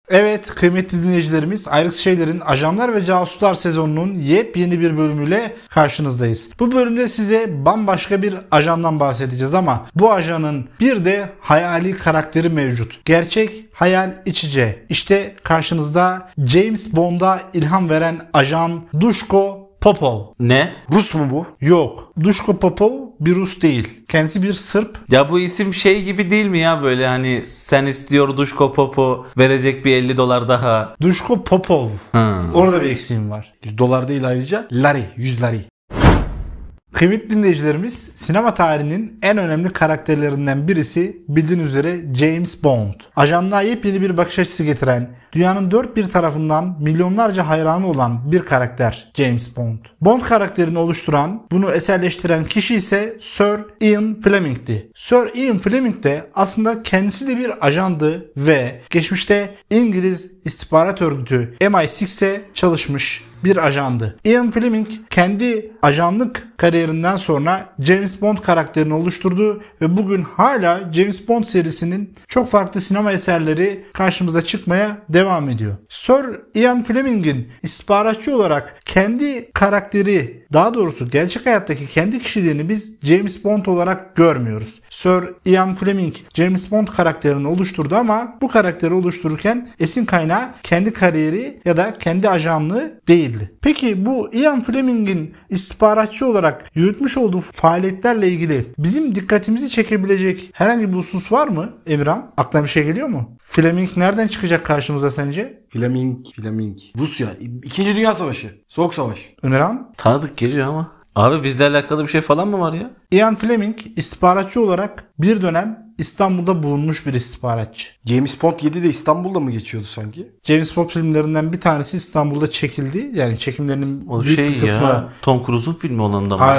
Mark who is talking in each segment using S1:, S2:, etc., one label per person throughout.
S1: Evet kıymetli dinleyicilerimiz, Ayrık Şeyler'in Ajanlar ve Casuslar sezonunun yepyeni bir bölümüyle karşınızdayız. Bu bölümde size bambaşka bir ajandan bahsedeceğiz ama bu ajanın bir de hayali karakteri mevcut. Gerçek, hayal iç içe. İşte karşınızda James Bond'a ilham veren ajan Duško Popov.
S2: Ne?
S1: Rus mu bu? Yok. Duško Popov bir Rus değil. Kendisi bir Sırp.
S2: Ya bu isim şey gibi değil mi ya, böyle hani sen istiyor Duško Popov verecek bir $50 daha.
S1: Duško Popov. Orada bir eksiğim var.
S3: $100 değil ayrıca. Lari. 100 lari.
S1: Kıymetli dinleyicilerimiz, sinema tarihinin en önemli karakterlerinden birisi bildiğiniz üzere James Bond. Ajanlığa yepyeni bir bakış açısı getiren, dünyanın dört bir tarafından milyonlarca hayranı olan bir karakter James Bond. Bond karakterini oluşturan, bunu eserleştiren kişi ise Sir Ian Fleming'ti. Sir Ian Fleming de aslında kendisi de bir ajandı ve geçmişte İngiliz istihbarat örgütü MI6'e çalışmış bir ajandı. Ian Fleming kendi ajanlık kariyerinden sonra James Bond karakterini oluşturdu ve bugün hala James Bond serisinin çok farklı sinema eserleri karşımıza çıkmaya devam ediyor. Sir Ian Fleming'in istihbaratçı olarak kendi karakteri, daha doğrusu gerçek hayattaki kendi kişiliğini biz James Bond olarak görmüyoruz. Sir Ian Fleming James Bond karakterini oluşturdu ama bu karakteri oluştururken esin kaynağı kendi kariyeri ya da kendi ajanlığı değildi. Peki bu Ian Fleming'in istihbaratçı olarak yürütmüş olduğu faaliyetlerle ilgili bizim dikkatimizi çekebilecek herhangi bir husus var mı Emirhan? Aklına bir şey geliyor mu? Fleming nereden çıkacak karşımıza sence?
S3: Fleming. Rusya. İkinci Dünya Savaşı. Soğuk Savaş.
S1: Emirhan?
S2: Tanıdık geliyor ama. Abi bizle alakalı bir şey falan mı var ya?
S1: Ian Fleming istihbaratçı olarak bir dönem İstanbul'da bulunmuş bir istihbaratçı.
S3: James Bond 7 de İstanbul'da mı geçiyordu sanki?
S1: James Bond filmlerinden bir tanesi İstanbul'da çekildi. Yani çekimlerinin
S2: O
S1: büyük
S2: şey
S1: bir kısmı...
S2: ya, Tom Cruise'un filmi olandan mı?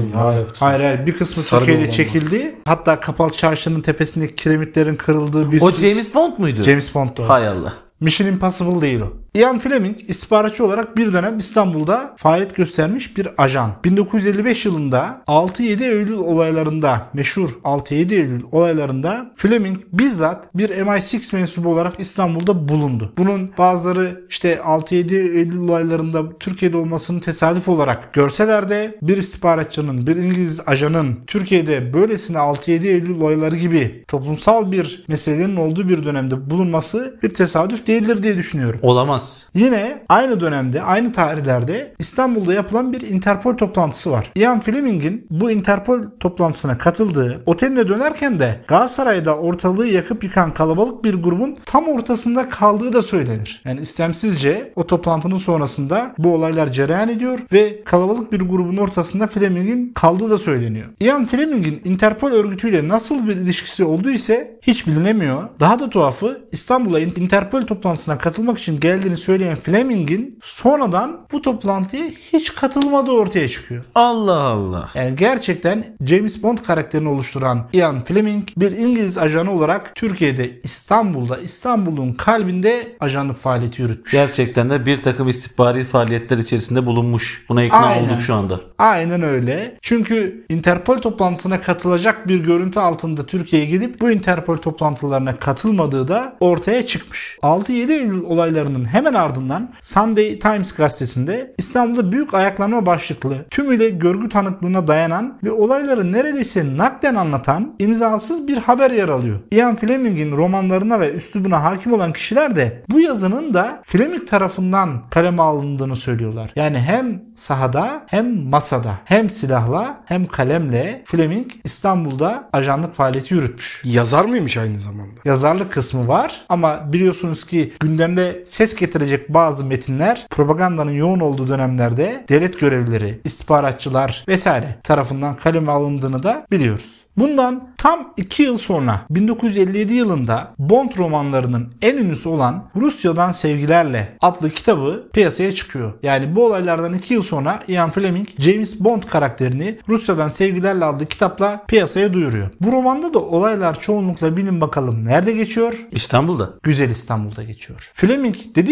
S1: Hayır. Bir kısmı
S3: Sarı
S1: Türkiye'de
S3: olan.
S1: çekildi. Hatta Kapalı Çarşı'nın tepesindeki kiremitlerin kırıldığı bir...
S2: O James Bond muydu?
S1: James Bond'du.
S2: Hay Allah.
S1: Mission Impossible değil o. Ian Fleming istihbaratçı olarak bir dönem İstanbul'da faaliyet göstermiş bir ajan. 1955 yılında 6-7 Eylül olaylarında, meşhur 6-7 Eylül olaylarında Fleming bizzat bir MI6 mensubu olarak İstanbul'da bulundu. Bunun bazıları işte 6-7 Eylül olaylarında Türkiye'de olmasını tesadüf olarak görseler de bir istihbaratçının, bir İngiliz ajanın Türkiye'de böylesine 6-7 Eylül olayları gibi toplumsal bir meselenin olduğu bir dönemde bulunması bir tesadüf değildir diye düşünüyorum.
S2: Olamaz.
S1: Yine aynı dönemde, aynı tarihlerde İstanbul'da yapılan bir Interpol toplantısı var. Ian Fleming'in bu Interpol toplantısına katıldığı oteline dönerken de Galatasaray'da ortalığı yakıp yıkan kalabalık bir grubun tam ortasında kaldığı da söylenir. Yani istemsizce o toplantının sonrasında bu olaylar cereyan ediyor ve kalabalık bir grubun ortasında Fleming'in kaldığı da söyleniyor. Ian Fleming'in Interpol örgütüyle nasıl bir ilişkisi olduğu ise hiç bilinemiyor. Daha da tuhafı, İstanbul'a Interpol toplantısına katılmak için geldiğini söyleyen Fleming'in sonradan bu toplantıya hiç katılmadığı ortaya çıkıyor.
S2: Allah Allah.
S1: Yani gerçekten James Bond karakterini oluşturan Ian Fleming bir İngiliz ajanı olarak Türkiye'de, İstanbul'da, İstanbul'un kalbinde ajanlık faaliyeti yürütmüş.
S2: Gerçekten de bir takım istihbari faaliyetler içerisinde bulunmuş. Buna ikna olduk şu anda.
S1: Aynen öyle. Çünkü Interpol toplantısına katılacak bir görüntü altında Türkiye'ye gidip bu Interpol toplantılarına katılmadığı da ortaya çıkmış. 6-7 Eylül olaylarının hemen ardından Sunday Times gazetesinde İstanbul'da büyük ayaklanma başlıklı, tümüyle görgü tanıklığına dayanan ve olayları neredeyse naklen anlatan imzasız bir haber yer alıyor. Ian Fleming'in romanlarına ve üslubuna hakim olan kişiler de bu yazının da Fleming tarafından kaleme alındığını söylüyorlar. Yani hem sahada hem masada, hem silahla hem kalemle Fleming İstanbul'da ajanlık faaliyeti yürütmüş.
S3: Yazar mıymış aynı zamanda?
S1: Yazarlık kısmı var ama biliyorsunuz ki gündemde ses getirecek bazı metinler propagandanın yoğun olduğu dönemlerde devlet görevlileri, istihbaratçılar vesaire tarafından kaleme alındığını da biliyoruz. Bundan tam 2 yıl sonra 1957 yılında Bond romanlarının en ünlüsü olan Rusya'dan Sevgilerle adlı kitabı piyasaya çıkıyor. Yani bu olaylardan 2 yıl sonra Ian Fleming James Bond karakterini Rusya'dan Sevgilerle adlı kitapla piyasaya duyuruyor. Bu romanda da olaylar çoğunlukla bilin bakalım nerede geçiyor?
S2: İstanbul'da.
S1: Güzel İstanbul'da geçiyor. Fleming dedi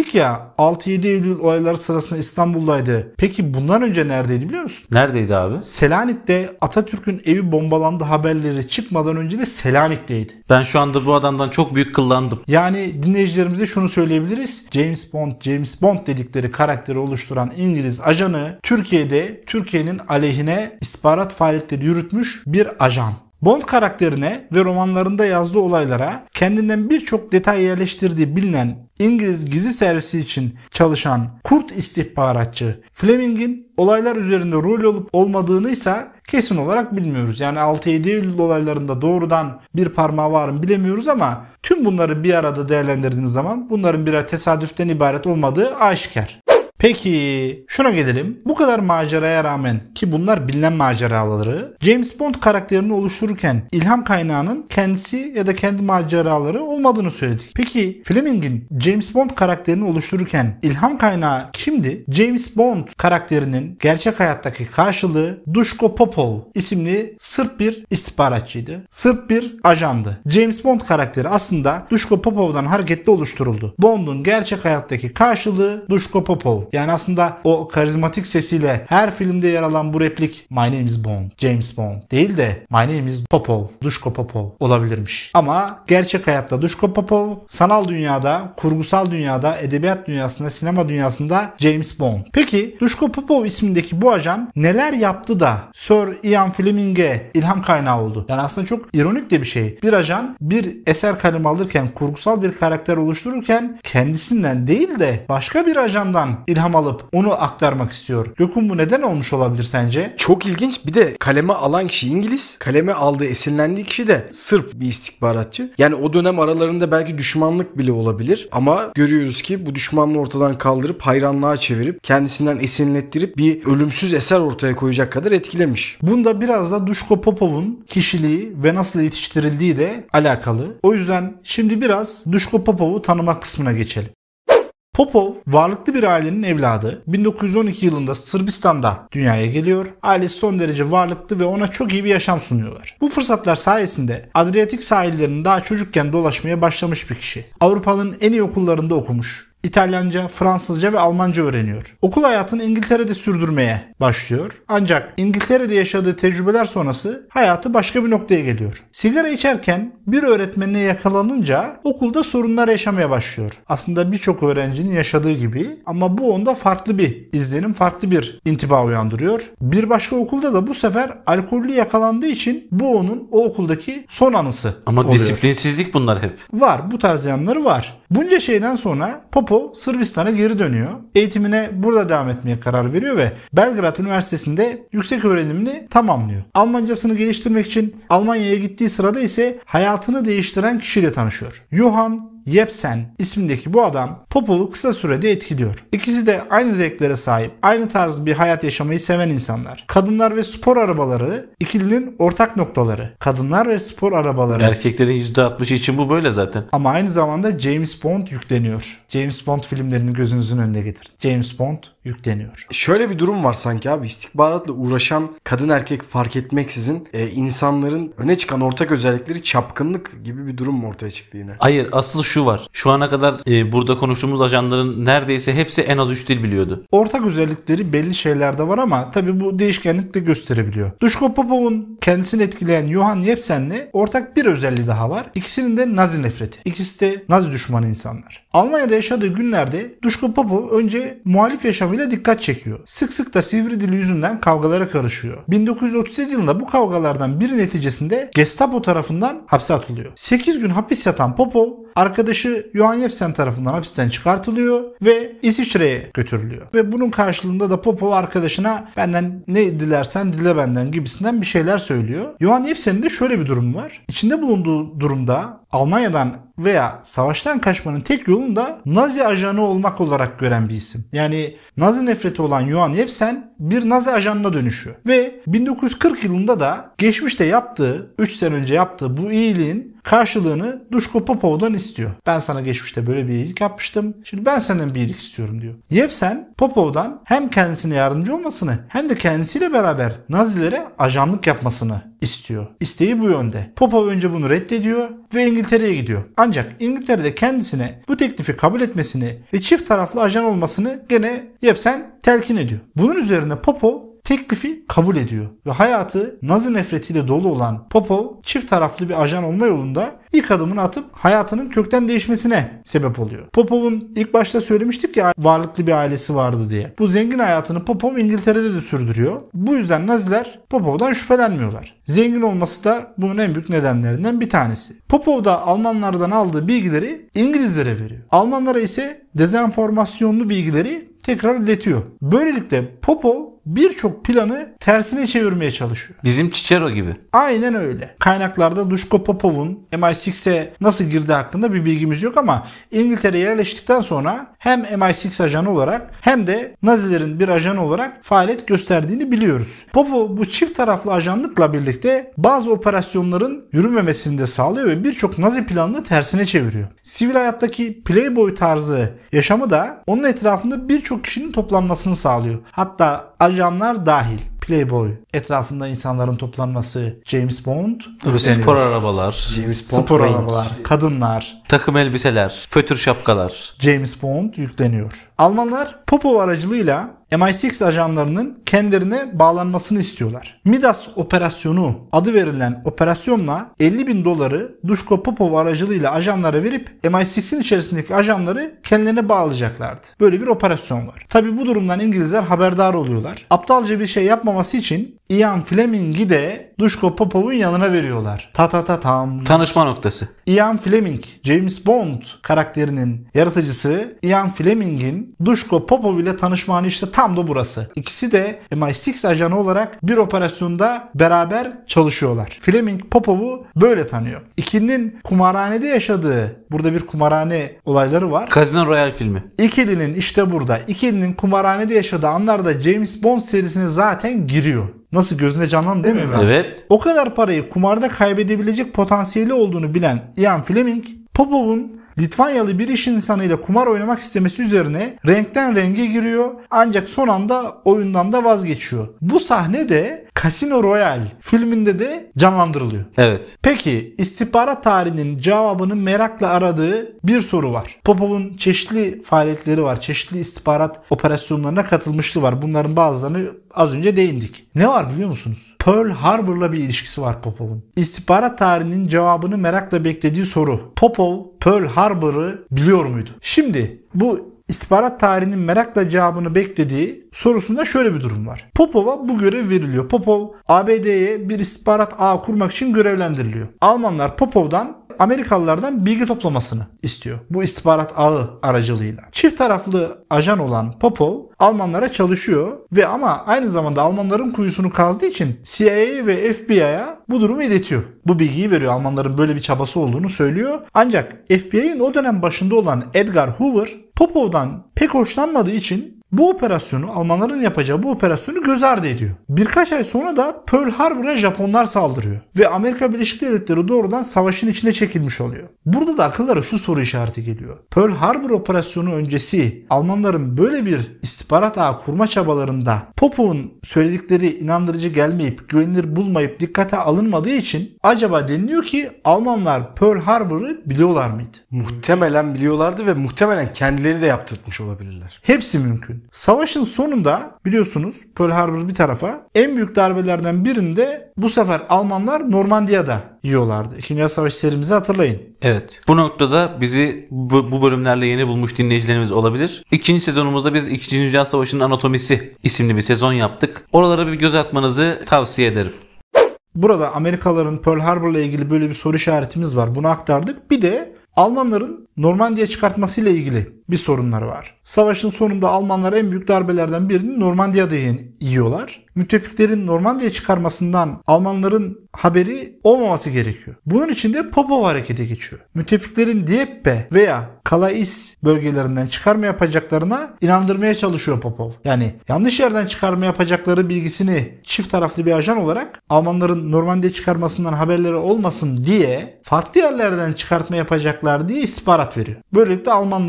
S1: Dedik ya 6-7 Eylül olayları sırasında İstanbul'daydı. Peki bundan önce neredeydi biliyor musun?
S2: Neredeydi abi?
S1: Selanik'te Atatürk'ün evi bombalandı haberleri çıkmadan önce de Selanik'teydi.
S2: Ben şu anda bu adamdan çok büyük kıllandım.
S1: Yani dinleyicilerimize şunu söyleyebiliriz. James Bond dedikleri karakteri oluşturan İngiliz ajanı Türkiye'nin aleyhine istihbarat faaliyetleri yürütmüş bir ajan. Bond karakterine ve romanlarında yazdığı olaylara kendinden birçok detay yerleştirdiği bilinen İngiliz gizli servisi için çalışan kurt istihbaratçı Fleming'in olaylar üzerinde rol olup olmadığını ise kesin olarak bilmiyoruz. Yani 6-7 Eylül olaylarında doğrudan bir parmağı var mı bilemiyoruz ama tüm bunları bir arada değerlendirdiğiniz zaman bunların birer tesadüften ibaret olmadığı aşikar. Peki şuna gelelim. Bu kadar maceraya rağmen ki bunlar bilinen maceraları James Bond karakterini oluştururken ilham kaynağının kendisi ya da kendi maceraları olmadığını söyledik. Peki Fleming'in James Bond karakterini oluştururken ilham kaynağı kimdi? James Bond karakterinin gerçek hayattaki karşılığı Duško Popov isimli Sırp bir istihbaratçıydı. Sırp bir ajandı. James Bond karakteri aslında Duško Popov'dan hareketle oluşturuldu. Bond'un gerçek hayattaki karşılığı Duško Popov. Yani aslında o karizmatik sesiyle her filmde yer alan bu replik My name is Bond, James Bond değil de My name is Popov, Duško Popov olabilirmiş. Ama gerçek hayatta Duško Popov, sanal dünyada, kurgusal dünyada, edebiyat dünyasında, sinema dünyasında James Bond. Peki Duško Popov ismindeki bu ajan neler yaptı da Sir Ian Fleming'e ilham kaynağı oldu? Yani aslında çok ironik de bir şey. Bir ajan bir eser kaleme alırken, kurgusal bir karakter oluştururken kendisinden değil de başka bir ajandan ilham alıp onu aktarmak istiyor. Gökhan bu neden olmuş olabilir sence?
S3: Çok ilginç. Bir de kaleme alan kişi İngiliz. Kaleme aldığı, esinlendiği kişi de Sırp bir istihbaratçı. Yani o dönem aralarında belki düşmanlık bile olabilir. Ama görüyoruz ki bu düşmanlığı ortadan kaldırıp hayranlığa çevirip kendisinden esinlettirip bir ölümsüz eser ortaya koyacak kadar etkilemiş.
S1: Bunda biraz da Duško Popov'un kişiliği ve nasıl yetiştirildiği de alakalı. O yüzden şimdi biraz Duško Popov'u tanıma kısmına geçelim. Popov varlıklı bir ailenin evladı. 1912 yılında Sırbistan'da dünyaya geliyor. Ailesi son derece varlıklı ve ona çok iyi bir yaşam sunuyorlar. Bu fırsatlar sayesinde Adriyatik sahillerinin daha çocukken dolaşmaya başlamış bir kişi. Avrupa'nın en iyi okullarında okumuş. İtalyanca, Fransızca ve Almanca öğreniyor. Okul hayatını İngiltere'de sürdürmeye başlıyor. Ancak İngiltere'de yaşadığı tecrübeler sonrası hayatı başka bir noktaya geliyor. Sigara içerken bir öğretmenine yakalanınca okulda sorunlar yaşamaya başlıyor. Aslında birçok öğrencinin yaşadığı gibi ama bu onda farklı bir izlenim, farklı bir intiba uyandırıyor. Bir başka okulda da bu sefer alkollü yakalandığı için bu onun o okuldaki son anısı
S2: Ama
S1: oluyor.
S2: disiplinsizlik bunlar hep.
S1: Var, bu tarz yanları var. Bunca şeyden sonra Popov Sırbistan'a geri dönüyor. Eğitimine burada devam etmeye karar veriyor ve Belgrad Üniversitesi'nde yüksek öğrenimini tamamlıyor. Almancasını geliştirmek için Almanya'ya gittiği sırada ise hayatını değiştiren kişiyle tanışıyor. Johann Jepsen ismindeki bu adam Popov'u kısa sürede etkiliyor. İkisi de aynı zevklere sahip, aynı tarz bir hayat yaşamayı seven insanlar. Kadınlar ve spor arabaları ikilinin ortak noktaları. Kadınlar ve spor arabaları.
S2: Erkeklerin %60'ı için bu böyle zaten.
S1: Ama aynı zamanda James Bond yükleniyor. James Bond filmlerini gözünüzün önünde getir. James Bond yükleniyor.
S3: Şöyle bir durum var sanki abi. İstihbaratla uğraşan kadın erkek fark etmeksizin insanların öne çıkan ortak özellikleri çapkınlık gibi bir durum ortaya çıktı yine.
S2: Hayır, asıl şu var. Şu ana kadar burada konuştuğumuz ajanların neredeyse hepsi en az 3 dil biliyordu.
S1: Ortak özellikleri belli şeylerde var ama tabii bu değişkenlik de gösterebiliyor. Duško Popov'un kendisini etkileyen Johann Jepsen'le ortak bir özelliği daha var. İkisinin de Nazi nefreti. İkisi de Nazi düşmanı insanlar. Almanya'da yaşadığı günlerde Duško Popov önce muhalif yaşamıyla dikkat çekiyor. Sık sık da sivri dili yüzünden kavgalara karışıyor. 1937 yılında bu kavgalardan biri neticesinde Gestapo tarafından hapse atılıyor. 8 gün hapis yatan Popov arkadaşı Johann Jepsen tarafından hapisten çıkartılıyor ve İsviçre'ye götürülüyor. Ve bunun karşılığında da Popov arkadaşına benden ne dilersen dile benden gibisinden bir şeyler söylüyor. Johann Jepsen'in de şöyle bir durum var. İçinde bulunduğu durumda Almanya'dan veya savaştan kaçmanın tek yolunu da Nazi ajanı olmak olarak gören bir isim. Yani Nazi nefreti olan Johann Jepsen bir Nazi ajanına dönüşüyor. Ve 1940 yılında da geçmişte yaptığı, 3 sene önce yaptığı bu iyiliğin karşılığını Duško Popov'dan istiyor. Ben sana geçmişte böyle bir iyilik yapmıştım. Şimdi ben senden bir iyilik istiyorum diyor. Jepsen Popov'dan hem kendisine yardımcı olmasını hem de kendisiyle beraber Nazilere ajanlık yapmasını istiyor. İsteği bu yönde. Popov önce bunu reddediyor ve İngiltere'ye gidiyor. Ancak İngiltere'de kendisine bu teklifi kabul etmesini ve çift taraflı ajan olmasını gene yepsen telkin ediyor. Bunun üzerine Popov teklifi kabul ediyor ve hayatı Nazi nefretiyle dolu olan Popov çift taraflı bir ajan olma yolunda ilk adımını atıp hayatının kökten değişmesine sebep oluyor. Popov'un ilk başta söylemiştik ya varlıklı bir ailesi vardı diye. Bu zengin hayatını Popov İngiltere'de de sürdürüyor. Bu yüzden Naziler Popov'dan şüphelenmiyorlar. Zengin olması da bunun en büyük nedenlerinden bir tanesi. Popov da Almanlardan aldığı bilgileri İngilizlere veriyor. Almanlara ise dezenformasyonlu bilgileri tekrar iletiyor. Böylelikle Popov birçok planı tersine çevirmeye çalışıyor.
S2: Bizim Cicero gibi.
S1: Aynen öyle. Kaynaklarda Duško Popov'un MI6'e nasıl girdiği hakkında bir bilgimiz yok ama İngiltere'ye yerleştikten sonra hem MI6 ajanı olarak hem de Nazilerin bir ajanı olarak faaliyet gösterdiğini biliyoruz. Popov bu çift taraflı ajanlıkla birlikte bazı operasyonların yürümemesini de sağlıyor ve birçok Nazi planını tersine çeviriyor. Sivil hayattaki playboy tarzı yaşamı da onun etrafında birçok kişinin toplanmasını sağlıyor. Hatta ajanlar dahil. Playboy etrafında insanların toplanması, James Bond,
S2: Spor arabalar,
S3: James Bond
S1: spor
S3: Range.
S1: arabalar, kadınlar,
S2: takım elbiseler, fötür şapkalar.
S1: James Bond yükleniyor. Almanlar Popov aracılığıyla MI6 ajanlarının kendilerine bağlanmasını istiyorlar. Midas operasyonu adı verilen operasyonla $50.000 Duško Popov aracılığıyla ajanlara verip MI6'in içerisindeki ajanları kendilerine bağlayacaklardı. Böyle bir operasyon var. Tabi bu durumdan İngilizler haberdar oluyorlar. Aptalca bir şey yapmaması için Ian Fleming'i de Duško Popov'un yanına veriyorlar. Tam.
S2: Tanışma noktası.
S1: Ian Fleming, James Bond karakterinin yaratıcısı Ian Fleming'in Duško Popov ile tanışma anı işte tam da burası. İkisi de MI6 ajanı olarak bir operasyonda beraber çalışıyorlar. Fleming Popov'u böyle tanıyor. İkilinin kumarhanede yaşadığı, burada bir kumarhane olayları var.
S2: Casino Royale filmi.
S1: İkilinin işte burada, ikilinin kumarhanede yaşadığı anlarda James Bond serisine zaten giriyor. Nasıl gözüne canlandı değil mi Emrah?
S2: Evet.
S1: O kadar parayı kumarda kaybedebilecek potansiyeli olduğunu bilen Ian Fleming, Popov'un Litvanyalı bir iş insanıyla kumar oynamak istemesi üzerine renkten renge giriyor ancak son anda oyundan da vazgeçiyor. Bu sahne de Casino Royale filminde de canlandırılıyor.
S2: Evet.
S1: Peki istihbarat tarihinin cevabını merakla aradığı bir soru var. Popov'un çeşitli faaliyetleri var. Çeşitli istihbarat operasyonlarına katılmışlığı var. Bunların bazılarını az önce değindik. Ne var biliyor musunuz? Pearl Harbor'la bir ilişkisi var Popov'un. İstihbarat tarihinin cevabını merakla beklediği soru. Popov Pearl Harbor'ı biliyor muydu? Şimdi bu İstihbarat tarihinin merakla cevabını beklediği sorusunda şöyle bir durum var. Popov'a bu görev veriliyor. Popov ABD'ye bir istihbarat ağı kurmak için görevlendiriliyor. Almanlar Popov'dan Amerikalılardan bilgi toplamasını istiyor. Bu istihbarat ağı aracılığıyla. Çift taraflı ajan olan Popov Almanlara çalışıyor ve ama aynı zamanda Almanların kuyusunu kazdığı için CIA ve FBI'ya bu durumu iletiyor. Bu bilgiyi veriyor. Almanların böyle bir çabası olduğunu söylüyor. Ancak FBI'nin o dönem başında olan Edgar Hoover Popov'dan pek hoşlanmadığı için bu operasyonu, Almanların yapacağı bu operasyonu göz ardı ediyor. Birkaç ay sonra da Pearl Harbor'a Japonlar saldırıyor. Ve Amerika Birleşik Devletleri doğrudan savaşın içine çekilmiş oluyor. Burada da akıllara şu soru işareti geliyor. Pearl Harbor operasyonu öncesi Almanların böyle bir istihbarat ağı kurma çabalarında Popov'un söyledikleri inandırıcı gelmeyip, güvenilir bulmayıp dikkate alınmadığı için acaba deniliyor ki Almanlar Pearl Harbor'ı biliyorlar mıydı?
S3: Muhtemelen biliyorlardı ve muhtemelen kendileri de yaptırtmış olabilirler.
S1: Hepsi mümkün. Savaşın sonunda biliyorsunuz Pearl Harbor bir tarafa, en büyük darbelerden birinde bu sefer Almanlar Normandiya'da yiyorlardı. İkinci Dünya Savaşı serimizi hatırlayın.
S2: Evet. Bu noktada bizi bu bölümlerle yeni bulmuş dinleyicilerimiz olabilir. İkinci sezonumuzda biz 2. Dünya Savaşı'nın Anatomisi isimli bir sezon yaptık. Oralara bir göz atmanızı tavsiye ederim.
S1: Burada Amerikalıların Pearl Harbor'la ilgili böyle bir soru işaretimiz var. Bunu aktardık. Bir de Almanların Normandiya çıkartmasıyla ilgili bir sorunları var. Savaşın sonunda Almanlar en büyük darbelerden birini Normandiya'da yiyorlar. Müttefiklerin Normandiya çıkarmasından Almanların haberi olmaması gerekiyor. Bunun için de Popov harekete geçiyor. Müttefiklerin Dieppe veya Calais bölgelerinden çıkarma yapacaklarına inandırmaya çalışıyor Popov. Yani yanlış yerden çıkarma yapacakları bilgisini çift taraflı bir ajan olarak Almanların Normandiya çıkarmasından haberleri olmasın diye farklı yerlerden çıkartma yapacaklar diye istihbarat veriyor. Böylelikle Almanları aslında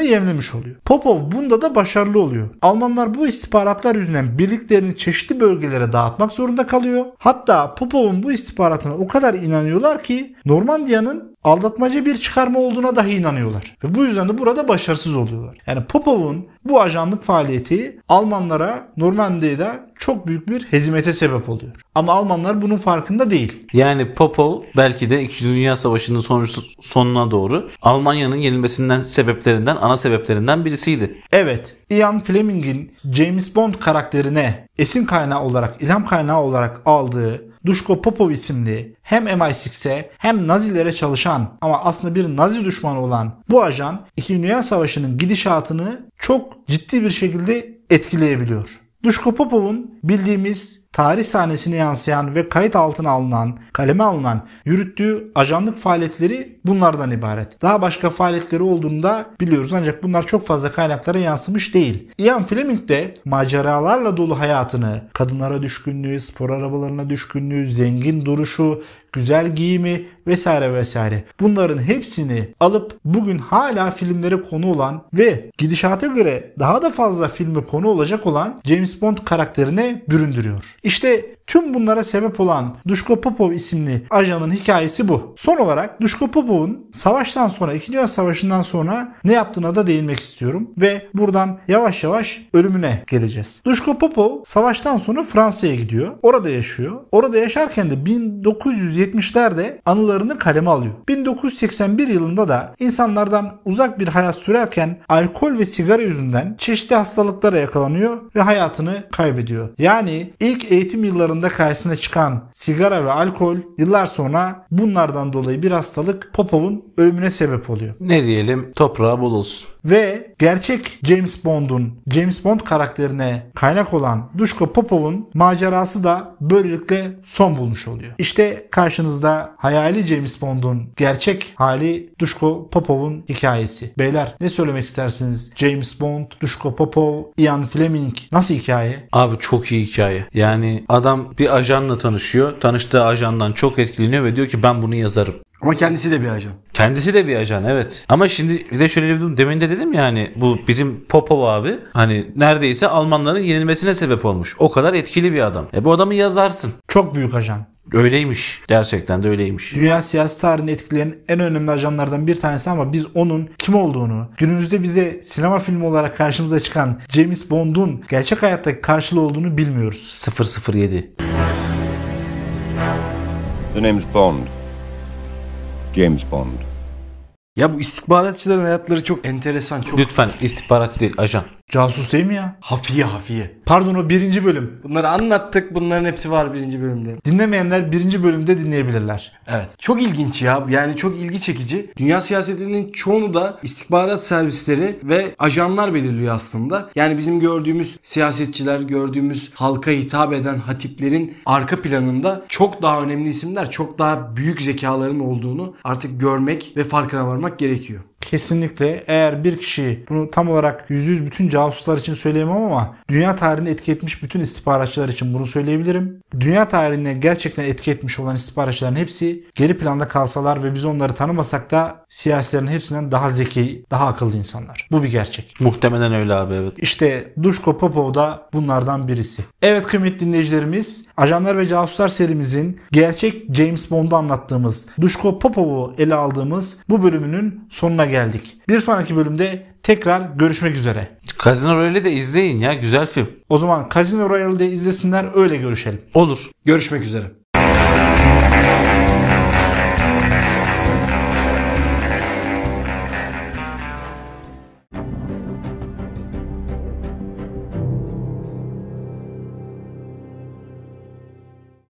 S1: yemlemiş oluyor. Popov bunda da başarılı oluyor. Almanlar bu istihbaratlar yüzünden birliklerini çeşitli bölgelere dağıtmak zorunda kalıyor. Hatta Popov'un bu istihbaratına o kadar inanıyorlar ki Normandiya'nın aldatmaca bir çıkarma olduğuna dahi inanıyorlar. Ve bu yüzden de burada başarısız oluyorlar. Yani Popov'un bu ajanlık faaliyeti Almanlara Normandiya'da çok büyük bir hezimete sebep oluyor. Ama Almanlar bunun farkında değil.
S2: Yani Popov belki de 2. Dünya Savaşı'nın sonuna doğru Almanya'nın yenilmesinden ana sebeplerinden birisiydi.
S1: Evet, Ian Fleming'in James Bond karakterine esin kaynağı olarak, ilham kaynağı olarak aldığı Duško Popov isimli hem MI6'e hem Nazilere çalışan ama aslında bir Nazi düşmanı olan bu ajan 2. Dünya Savaşı'nın gidişatını çok ciddi bir şekilde etkileyebiliyor. Duško Popov'un bildiğimiz tarih sahnesine yansıyan ve kayıt altına alınan, kaleme alınan, yürüttüğü ajanlık faaliyetleri bunlardan ibaret. Daha başka faaliyetleri olduğunu da biliyoruz ancak bunlar çok fazla kaynaklara yansımış değil. Ian Fleming de maceralarla dolu hayatını, kadınlara düşkünlüğü, spor arabalarına düşkünlüğü, zengin duruşu, güzel giyimi vesaire vesaire. Bunların hepsini alıp bugün hala filmlere konu olan ve gidişata göre daha da fazla filme konu olacak olan James Bond karakterine büründürüyor. İşte tüm bunlara sebep olan Duško Popov isimli ajanın hikayesi bu. Son olarak Duško Popov'un savaştan sonra, 2. Dünya Savaşı'ndan sonra ne yaptığına da değinmek istiyorum. Ve buradan yavaş yavaş ölümüne geleceğiz. Duško Popov savaştan sonra Fransa'ya gidiyor. Orada yaşıyor. Orada yaşarken de 1970'lerde anılarını kaleme alıyor. 1981 yılında da insanlardan uzak bir hayat sürerken alkol ve sigara yüzünden çeşitli hastalıklara yakalanıyor ve hayatını kaybediyor. Yani ilk eğitim yıllarında karşısına çıkan sigara ve alkol yıllar sonra bunlardan dolayı bir hastalık Popov'un ölümüne sebep oluyor.
S2: Ne diyelim, toprağı bol olsun.
S1: Ve gerçek James Bond karakterine kaynak olan Duško Popov'un macerası da böylelikle son bulmuş oluyor. İşte karşınızda hayali James Bond'un gerçek hali Duško Popov'un hikayesi. Beyler ne söylemek istersiniz? James Bond, Duško Popov, Ian Fleming nasıl hikaye?
S2: Abi çok iyi hikaye. Yani adam bir ajanla tanışıyor. Tanıştığı ajandan çok etkileniyor ve diyor ki ben bunu yazarım.
S3: Ama kendisi de bir ajan.
S2: Kendisi de bir ajan, evet. Ama şimdi bir de şöyle bir durum. Demin de dedim yani bu bizim Popov abi hani neredeyse Almanların yenilmesine sebep olmuş. O kadar etkili bir adam. Bu adamı yazarsın.
S1: Çok büyük ajan.
S2: Öyleymiş. Gerçekten de öyleymiş.
S1: Dünya siyasi tarihini etkileyen en önemli ajanlardan bir tanesi ama biz onun kim olduğunu, günümüzde bize sinema filmi olarak karşımıza çıkan James Bond'un gerçek hayattaki karşılığı olduğunu bilmiyoruz.
S2: 007.
S4: The name's Bond. James Bond.
S3: Ya bu istihbaratçıların hayatları çok enteresan. Çok
S2: Lütfen, istihbaratçı değil, ajan.
S1: Casus değil mi ya?
S3: hafiye.
S1: Pardon, o 1. bölüm.
S3: Bunları anlattık. Bunların hepsi var 1. bölümde.
S1: Dinlemeyenler 1. bölümde dinleyebilirler.
S3: Evet. Çok ilginç ya. Yani çok ilgi çekici. Dünya siyasetinin çoğunu da istihbarat servisleri ve ajanlar belirliyor aslında. Yani bizim gördüğümüz siyasetçiler, gördüğümüz halka hitap eden hatiplerin arka planında çok daha önemli isimler, çok daha büyük zekaların olduğunu artık görmek ve farkına varmak gerekiyor.
S1: Kesinlikle. Eğer bir kişi, bunu tam olarak %100 bütün casuslar için söyleyemem ama dünya tarihini etki etmiş bütün istihbaratçılar için bunu söyleyebilirim. Dünya tarihine gerçekten etki etmiş olan istihbaratçıların hepsi geri planda kalsalar ve biz onları tanımasak da siyasilerin hepsinden daha zeki, daha akıllı insanlar. Bu bir gerçek.
S2: Muhtemelen öyle abi, evet.
S1: İşte Duško Popov da bunlardan birisi. Evet kıymetli dinleyicilerimiz, Ajanlar ve Casuslar serimizin gerçek James Bond'u anlattığımız, Duško Popov'u ele aldığımız bu bölümünün sonuna geldik. Bir sonraki bölümde tekrar görüşmek üzere.
S2: Casino Royale'i de izleyin ya, güzel film.
S1: O zaman Casino Royale'de izlesinler, öyle görüşelim.
S2: Olur.
S3: Görüşmek üzere.